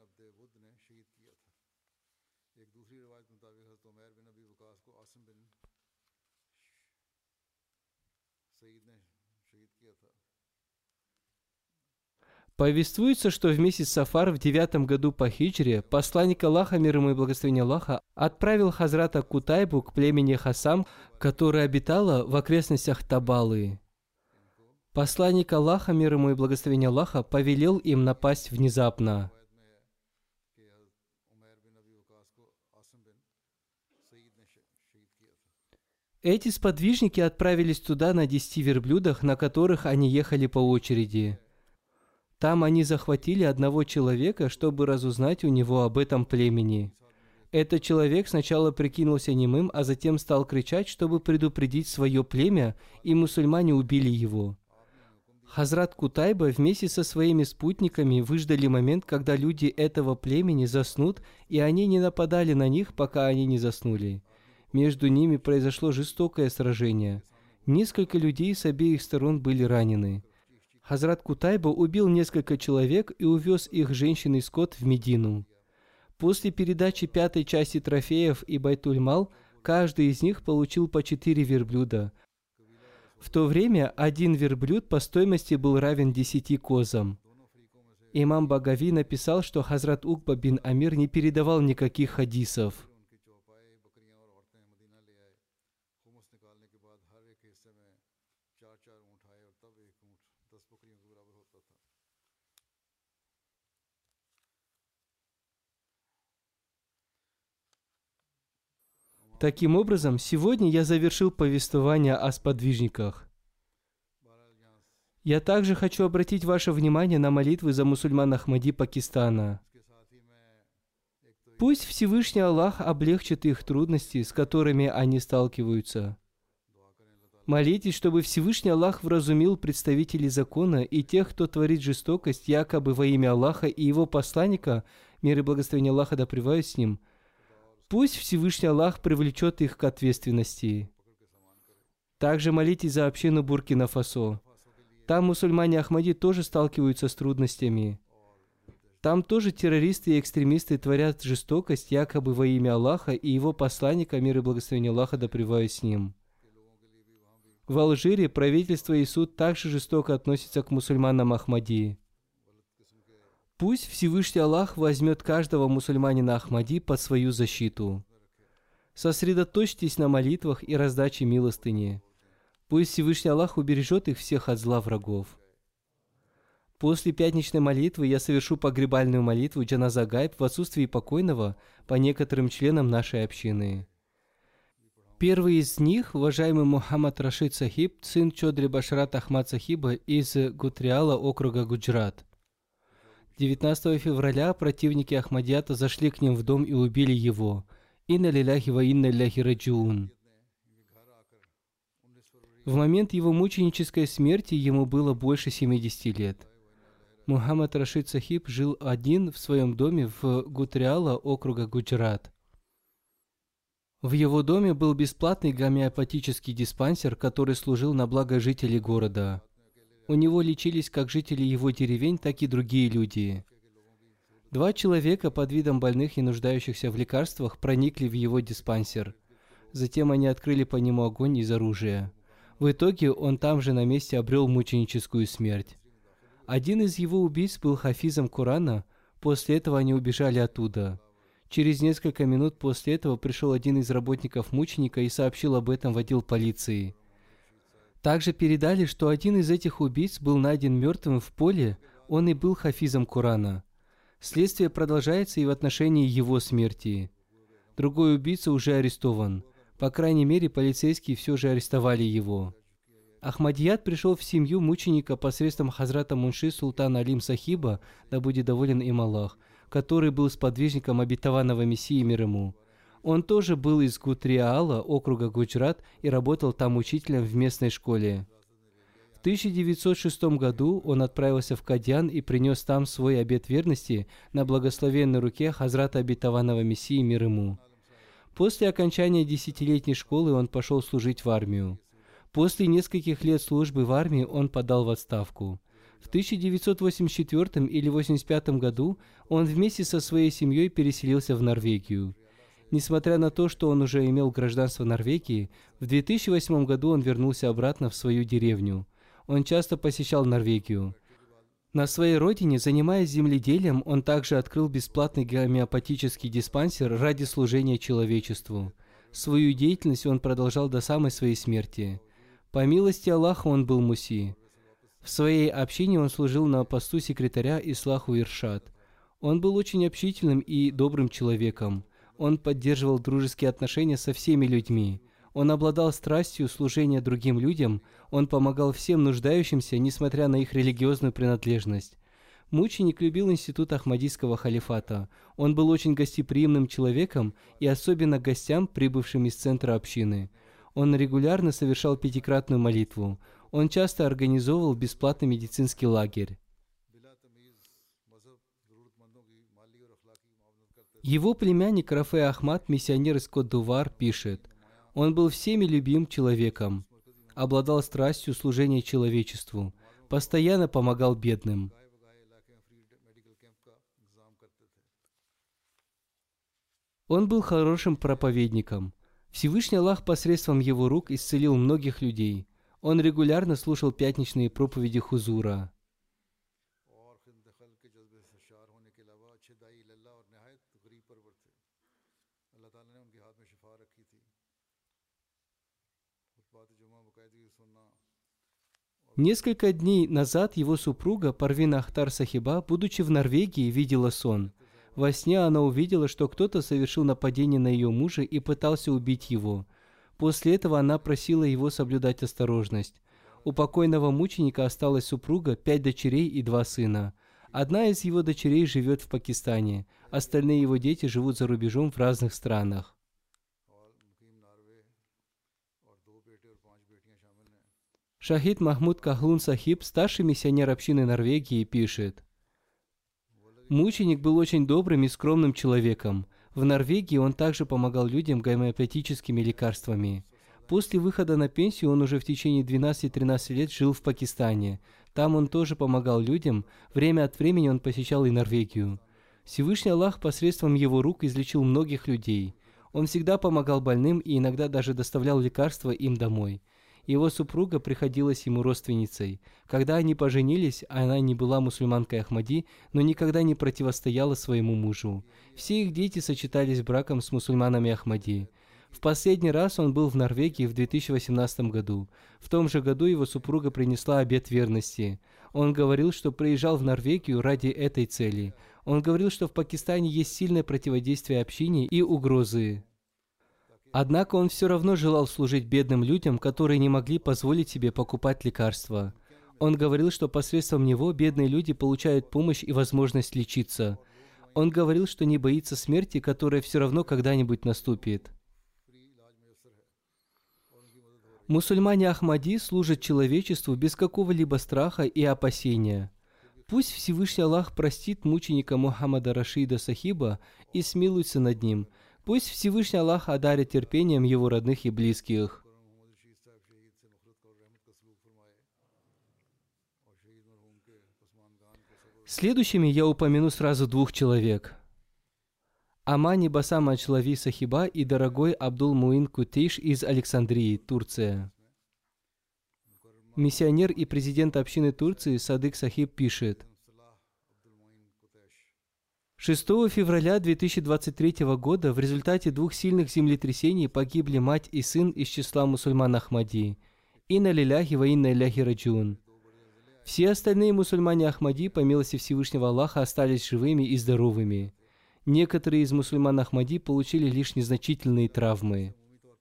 Повествуется, что в месяц Сафар в девятом году по хиджре посланник Аллаха, мир ему и благословение Аллаха, отправил Хазрата Кутайбу к племени Хасам, которое обитало в окрестностях Табалы. Посланник Аллаха, мир ему и благословение Аллаха, повелел им напасть внезапно. Эти сподвижники отправились туда на десяти верблюдах, на которых они ехали по очереди. Там они захватили одного человека, чтобы разузнать у него об этом племени. Этот человек сначала прикинулся немым, а затем стал кричать, чтобы предупредить свое племя, и мусульмане убили его. Хазрат Кутайба вместе со своими спутниками выждали момент, когда люди этого племени заснут, и они не нападали на них, пока они не заснули. Между ними произошло жестокое сражение. Несколько людей с обеих сторон были ранены. Хазрат Кутайба убил несколько человек и увез их женщин и скот в Медину. После передачи пятой части трофеев и Байтуль-Мал, каждый из них получил по четыре верблюда. В то время один верблюд по стоимости был равен десяти козам. Имам Багави написал, что Хазрат Укба бин Амир не передавал никаких хадисов. Таким образом, сегодня я завершил повествование о сподвижниках. Я также хочу обратить ваше внимание на молитвы за мусульман Ахмади Пакистана. Пусть Всевышний Аллах облегчит их трудности, с которыми они сталкиваются. Молитесь, чтобы Всевышний Аллах вразумил представителей закона и тех, кто творит жестокость якобы во имя Аллаха и его посланника, мир и благословение Аллаха да пребывают с ним. Пусть Всевышний Аллах привлечет их к ответственности. Также молитесь за общину Буркина-Фасо. Там мусульмане Ахмади тоже сталкиваются с трудностями. Там тоже террористы и экстремисты творят жестокость якобы во имя Аллаха и его посланника, мир и благословение Аллаха да пребывают с ним. В Алжире правительство и суд также жестоко относятся к мусульманам Ахмади. Пусть Всевышний Аллах возьмет каждого мусульманина Ахмади под свою защиту. Сосредоточьтесь на молитвах и раздаче милостыни. Пусть Всевышний Аллах убережет их всех от зла врагов. После пятничной молитвы я совершу погребальную молитву Джаназа Гайб в отсутствии покойного по некоторым членам нашей общины. Первый из них, уважаемый Мухаммад Рашид Сахиб, сын Чодри Башрат Ахмад Сахиба из Гутриала, округа Гуджрат. девятнадцатого февраля противники Ахмадията зашли к ним в дом и убили его. Инна лиляхи ва инна иляхи раджиун. В момент его мученической смерти ему было больше семидесяти лет. Мухаммад Рашид Сахиб жил один в своем доме в Гутриала, округа Гуджрат. В его доме был бесплатный гомеопатический диспансер, который служил на благо жителей города. У него лечились как жители его деревень, так и другие люди. Два человека под видом больных и нуждающихся в лекарствах проникли в его диспансер. Затем они открыли по нему огонь из оружия. В итоге он там же на месте обрел мученическую смерть. Один из его убийц был хафизом Корана, после этого они убежали оттуда. Через несколько минут после этого пришел один из работников мученика и сообщил об этом в отдел полиции. Также передали, что один из этих убийц был найден мертвым в поле, он и был хафизом Корана. Следствие продолжается и в отношении его смерти. Другой убийца уже арестован. По крайней мере, полицейские все же арестовали его. Ахмадият пришел в семью мученика посредством Хазрата Мунши Султана Алим Сахиба, да будет доволен им Аллах, который был сподвижником обетованного Мессии мир ему. Он тоже был из Гутриала, округа Гуджрат, и работал там учителем в местной школе. В тысяча девятьсот шестом году он отправился в Кадьян и принес там свой обет верности на благословенной руке Хазрата обетованного Мессии мир ему. После окончания десятилетней школы он пошел служить в армию. После нескольких лет службы в армии он подал в отставку. В тысяча девятьсот восемьдесят четвёртом или восемьдесят пятом году он вместе со своей семьей переселился в Норвегию. Несмотря на то, что он уже имел гражданство Норвегии, в две тысячи восьмом году он вернулся обратно в свою деревню. Он часто посещал Норвегию. На своей родине, занимаясь земледелием, он также открыл бесплатный гомеопатический диспансер ради служения человечеству. Свою деятельность он продолжал до самой своей смерти. По милости Аллаха он был муси. В своей общине он служил на посту секретаря Ислаху Иршад. Он был очень общительным и добрым человеком. Он поддерживал дружеские отношения со всеми людьми. Он обладал страстью служения другим людям. Он помогал всем нуждающимся, несмотря на их религиозную принадлежность. Мученик любил институт Ахмадийского халифата. Он был очень гостеприимным человеком и особенно гостям, прибывшим из центра общины. Он регулярно совершал пятикратную молитву. Он часто организовывал бесплатный медицинский лагерь. Его племянник Рафе Ахмад, миссионер из Кот-д'Ивуар, пишет: «Он был всеми любим человеком, обладал страстью служения человечеству, постоянно помогал бедным». Он был хорошим проповедником. Всевышний Аллах посредством его рук исцелил многих людей. Он регулярно слушал пятничные проповеди Хузура. Несколько дней назад его супруга Парвин Ахтар Сахиба, будучи в Норвегии, видела сон. Во сне она увидела, что кто-то совершил нападение на ее мужа и пытался убить его. После этого она просила его соблюдать осторожность. У покойного мученика осталась супруга, пять дочерей и два сына. Одна из его дочерей живет в Пакистане, остальные его дети живут за рубежом в разных странах. Шахид Махмуд Кахлун Сахиб, старший миссионер общины Норвегии, пишет: «Мученик был очень добрым и скромным человеком. В Норвегии он также помогал людям гомеопатическими лекарствами. После выхода на пенсию он уже в течение двенадцати-тринадцати лет жил в Пакистане. Там он тоже помогал людям. Время от времени он посещал и Норвегию. Всевышний Аллах посредством его рук излечил многих людей. Он всегда помогал больным и иногда даже доставлял лекарства им домой. Его супруга приходилась ему родственницей. Когда они поженились, она не была мусульманкой Ахмади, но никогда не противостояла своему мужу. Все их дети сочетались браком с мусульманами Ахмади. В последний раз он был в Норвегии в две тысячи восемнадцатом году. В том же году его супруга принесла обет верности. Он говорил, что приезжал в Норвегию ради этой цели. Он говорил, что в Пакистане есть сильное противодействие общине и угрозы. Однако он все равно желал служить бедным людям, которые не могли позволить себе покупать лекарства. Он говорил, что посредством него бедные люди получают помощь и возможность лечиться. Он говорил, что не боится смерти, которая все равно когда-нибудь наступит. Мусульмане Ахмади служат человечеству без какого-либо страха и опасения. Пусть Всевышний Аллах простит мученика Мухаммада Рашида Сахиба и смилуется над ним. Пусть Всевышний Аллах одарит терпением его родных и близких. Следующими я упомяну сразу двух человек. Амани Басам Ачлави Сахиба и дорогой Абдул Муин Кутейш из Александрии, Турция. Миссионер и президент общины Турции Садык Сахиб пишет: шестого февраля две тысячи двадцать третьего года в результате двух сильных землетрясений погибли мать и сын из числа мусульман Ахмади. Инна лиляхи ва инна иляхи раджиун. Все остальные мусульмане Ахмади, по милости Всевышнего Аллаха, остались живыми и здоровыми. Некоторые из мусульман Ахмади получили лишь незначительные травмы.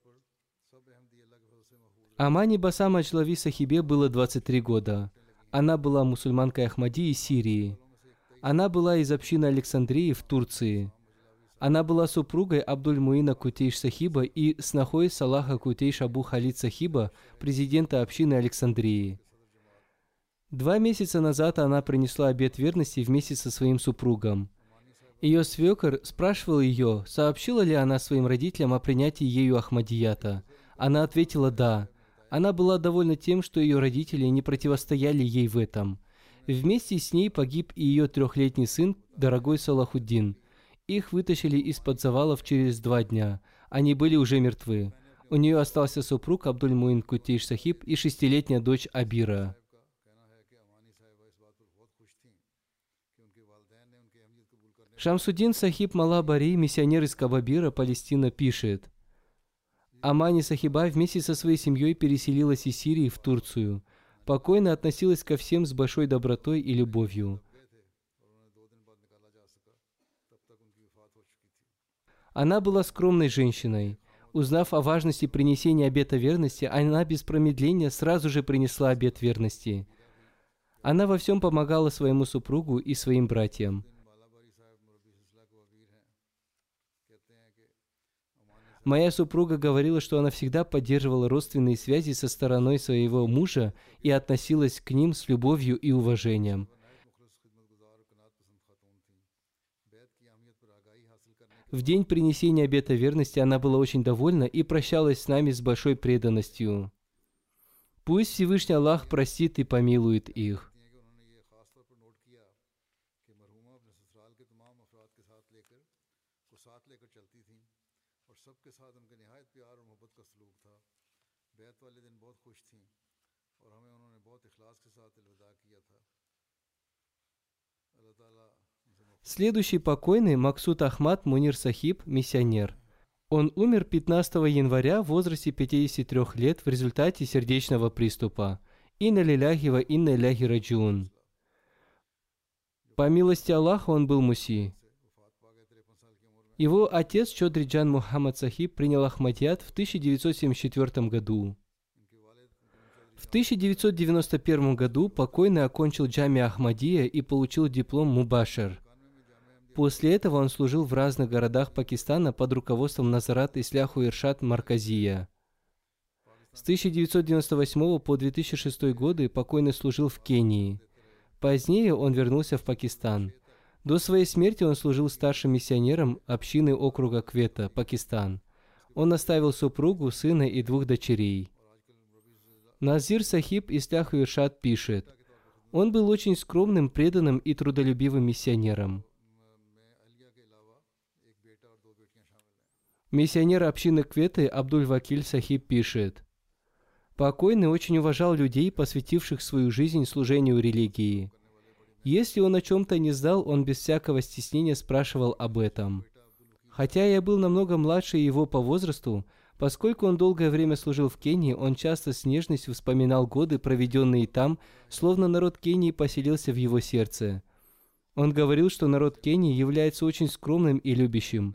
Амани Басам Ачлави Сахибе было двадцать три года. Она была мусульманкой Ахмади из Сирии. Она была из общины Александрии в Турции. Она была супругой Абдуль-Муина Кутейш Сахиба и снохой Салаха Кутейш Абу Халид Сахиба, президента общины Александрии. Два месяца назад она принесла обет верности вместе со своим супругом. Ее свекор спрашивал ее, сообщила ли она своим родителям о принятии ею Ахмадията. Она ответила «да». Она была довольна тем, что ее родители не противостояли ей в этом. Вместе с ней погиб и ее трехлетний сын, дорогой Салахуддин. Их вытащили из-под завалов через два дня. Они были уже мертвы. У нее остался супруг Абдуль-Муин Кутейш Сахиб и шестилетняя дочь Абира. Шамсуддин Сахиб Малабари, миссионер из Кабабира, Палестина, пишет: Амани Сахиба вместе со своей семьей переселилась из Сирии в Турцию. Покойно относилась ко всем с большой добротой и любовью. Она была скромной женщиной. Узнав о важности принесения обета верности, она без промедления сразу же принесла обет верности. Она во всем помогала своему супругу и своим братьям. Моя супруга говорила, что она всегда поддерживала родственные связи со стороной своего мужа и относилась к ним с любовью и уважением. В день принесения обета верности она была очень довольна и прощалась с нами с большой преданностью. Пусть Всевышний Аллах простит и помилует их. Следующий покойный Максуд Ахмад Мунир Сахиб, миссионер. Он умер пятнадцатого января в возрасте пятидесяти трёх лет в результате сердечного приступа. Инна лиляхи ва инна иляхи раджиун. По милости Аллаха он был муси. Его отец Чодриджан Мухаммад Сахиб принял Ахмадият в тысяча девятьсот семьдесят четвёртом году. В тысяча девятьсот девяносто первом году покойный окончил Джами Ахмадия и получил диплом Мубашир. После этого он служил в разных городах Пакистана под руководством Назарат Исляху Иршад Марказия. С тысяча девятьсот девяносто восьмого по две тысячи шестой годы покойный служил в Кении. Позднее он вернулся в Пакистан. До своей смерти он служил старшим миссионером общины округа Квета, Пакистан. Он оставил супругу, сына и двух дочерей. Назир Сахиб Исляху Иршад пишет: он был очень скромным, преданным и трудолюбивым миссионером. Миссионер общины Кветы Абдуль-Вакиль Сахиб пишет: покойный очень уважал людей, посвятивших свою жизнь служению религии. Если он о чем-то не знал, он без всякого стеснения спрашивал об этом. Хотя я был намного младше его по возрасту, поскольку он долгое время служил в Кении, он часто с нежностью вспоминал годы, проведенные там, словно народ Кении поселился в его сердце. Он говорил, что народ Кении является очень скромным и любящим.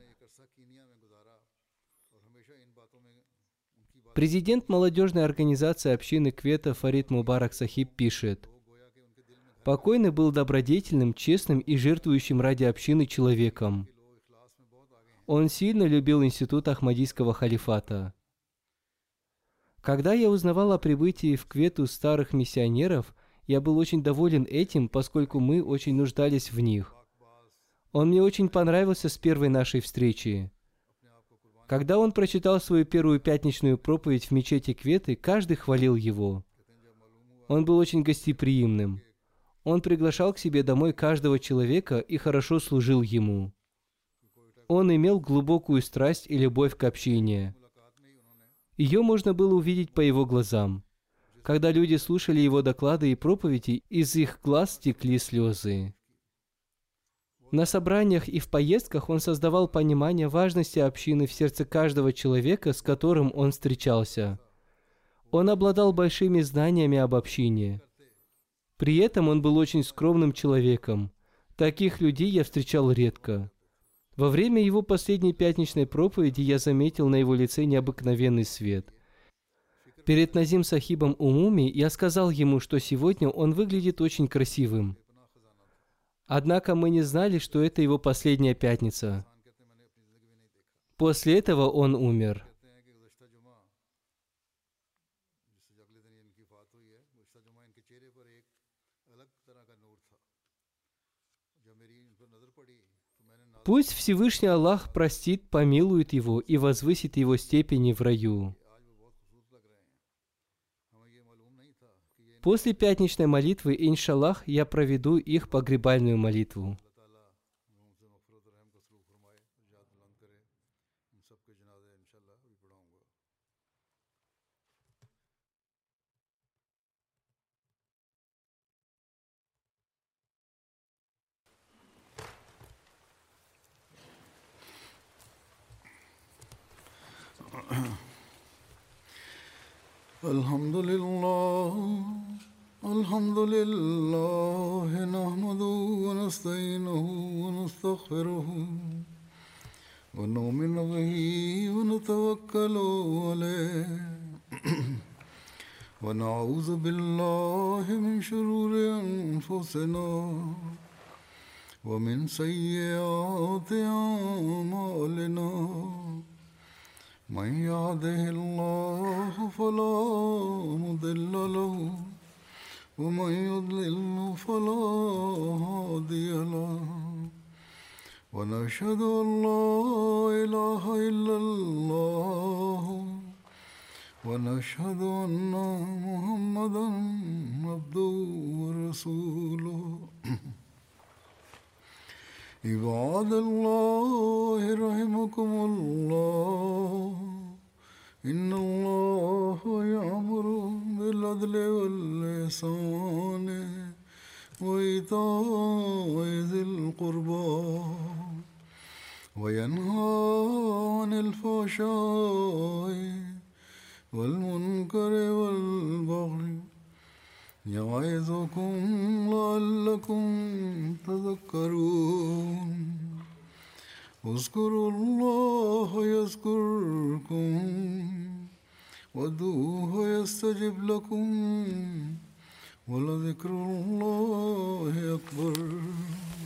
Президент молодежной организации общины Квета Фарид Мубарак Сахиб пишет: покойный был добродетельным, честным и жертвующим ради общины человеком. Он сильно любил институт Ахмадийского халифата. Когда я узнавал о прибытии в Квету старых миссионеров, я был очень доволен этим, поскольку мы очень нуждались в них. Он мне очень понравился с первой нашей встречи. Когда он прочитал свою первую пятничную проповедь в мечети Кветы, каждый хвалил его. Он был очень гостеприимным. Он приглашал к себе домой каждого человека и хорошо служил ему. Он имел глубокую страсть и любовь к общению. Ее можно было увидеть по его глазам. Когда люди слушали его доклады и проповеди, из их глаз текли слезы. На собраниях и в поездках он создавал понимание важности общины в сердце каждого человека, с которым он встречался. Он обладал большими знаниями об общине. При этом он был очень скромным человеком. Таких людей я встречал редко. Во время его последней пятничной проповеди я заметил на его лице необыкновенный свет. Перед Назим Сахибом Умуми я сказал ему, что сегодня он выглядит очень красивым. Однако мы не знали, что это его последняя пятница. После этого он умер. Пусть Всевышний Аллах простит, помилует его и возвысит его степени в раю. После пятничной молитвы, иншаллах, я проведу их погребальную молитву. الحمد لله الحمد لله نحمده ونستعينه ونستغفره ونؤمن به ونتوكل عليه ونعوذ بالله من شرور أنفسنا ومن سيئات أعمالنا من يهده الله فلا مضل له ومن يضلل فلا هادي له ونشهد أن لا إله إلا الله ونشهد أن محمدا عبده ورسوله عباد الله رحمكم الله إن الله يأمر بالعدل والإحسان وإيتاء ذي القربى وينهى عن الفحشاء والمنكر والبغي يعظكم لعلكم تذكرون اذكروا الله يذكركم وادعوه يستجب لكم ولذكر الله أكبر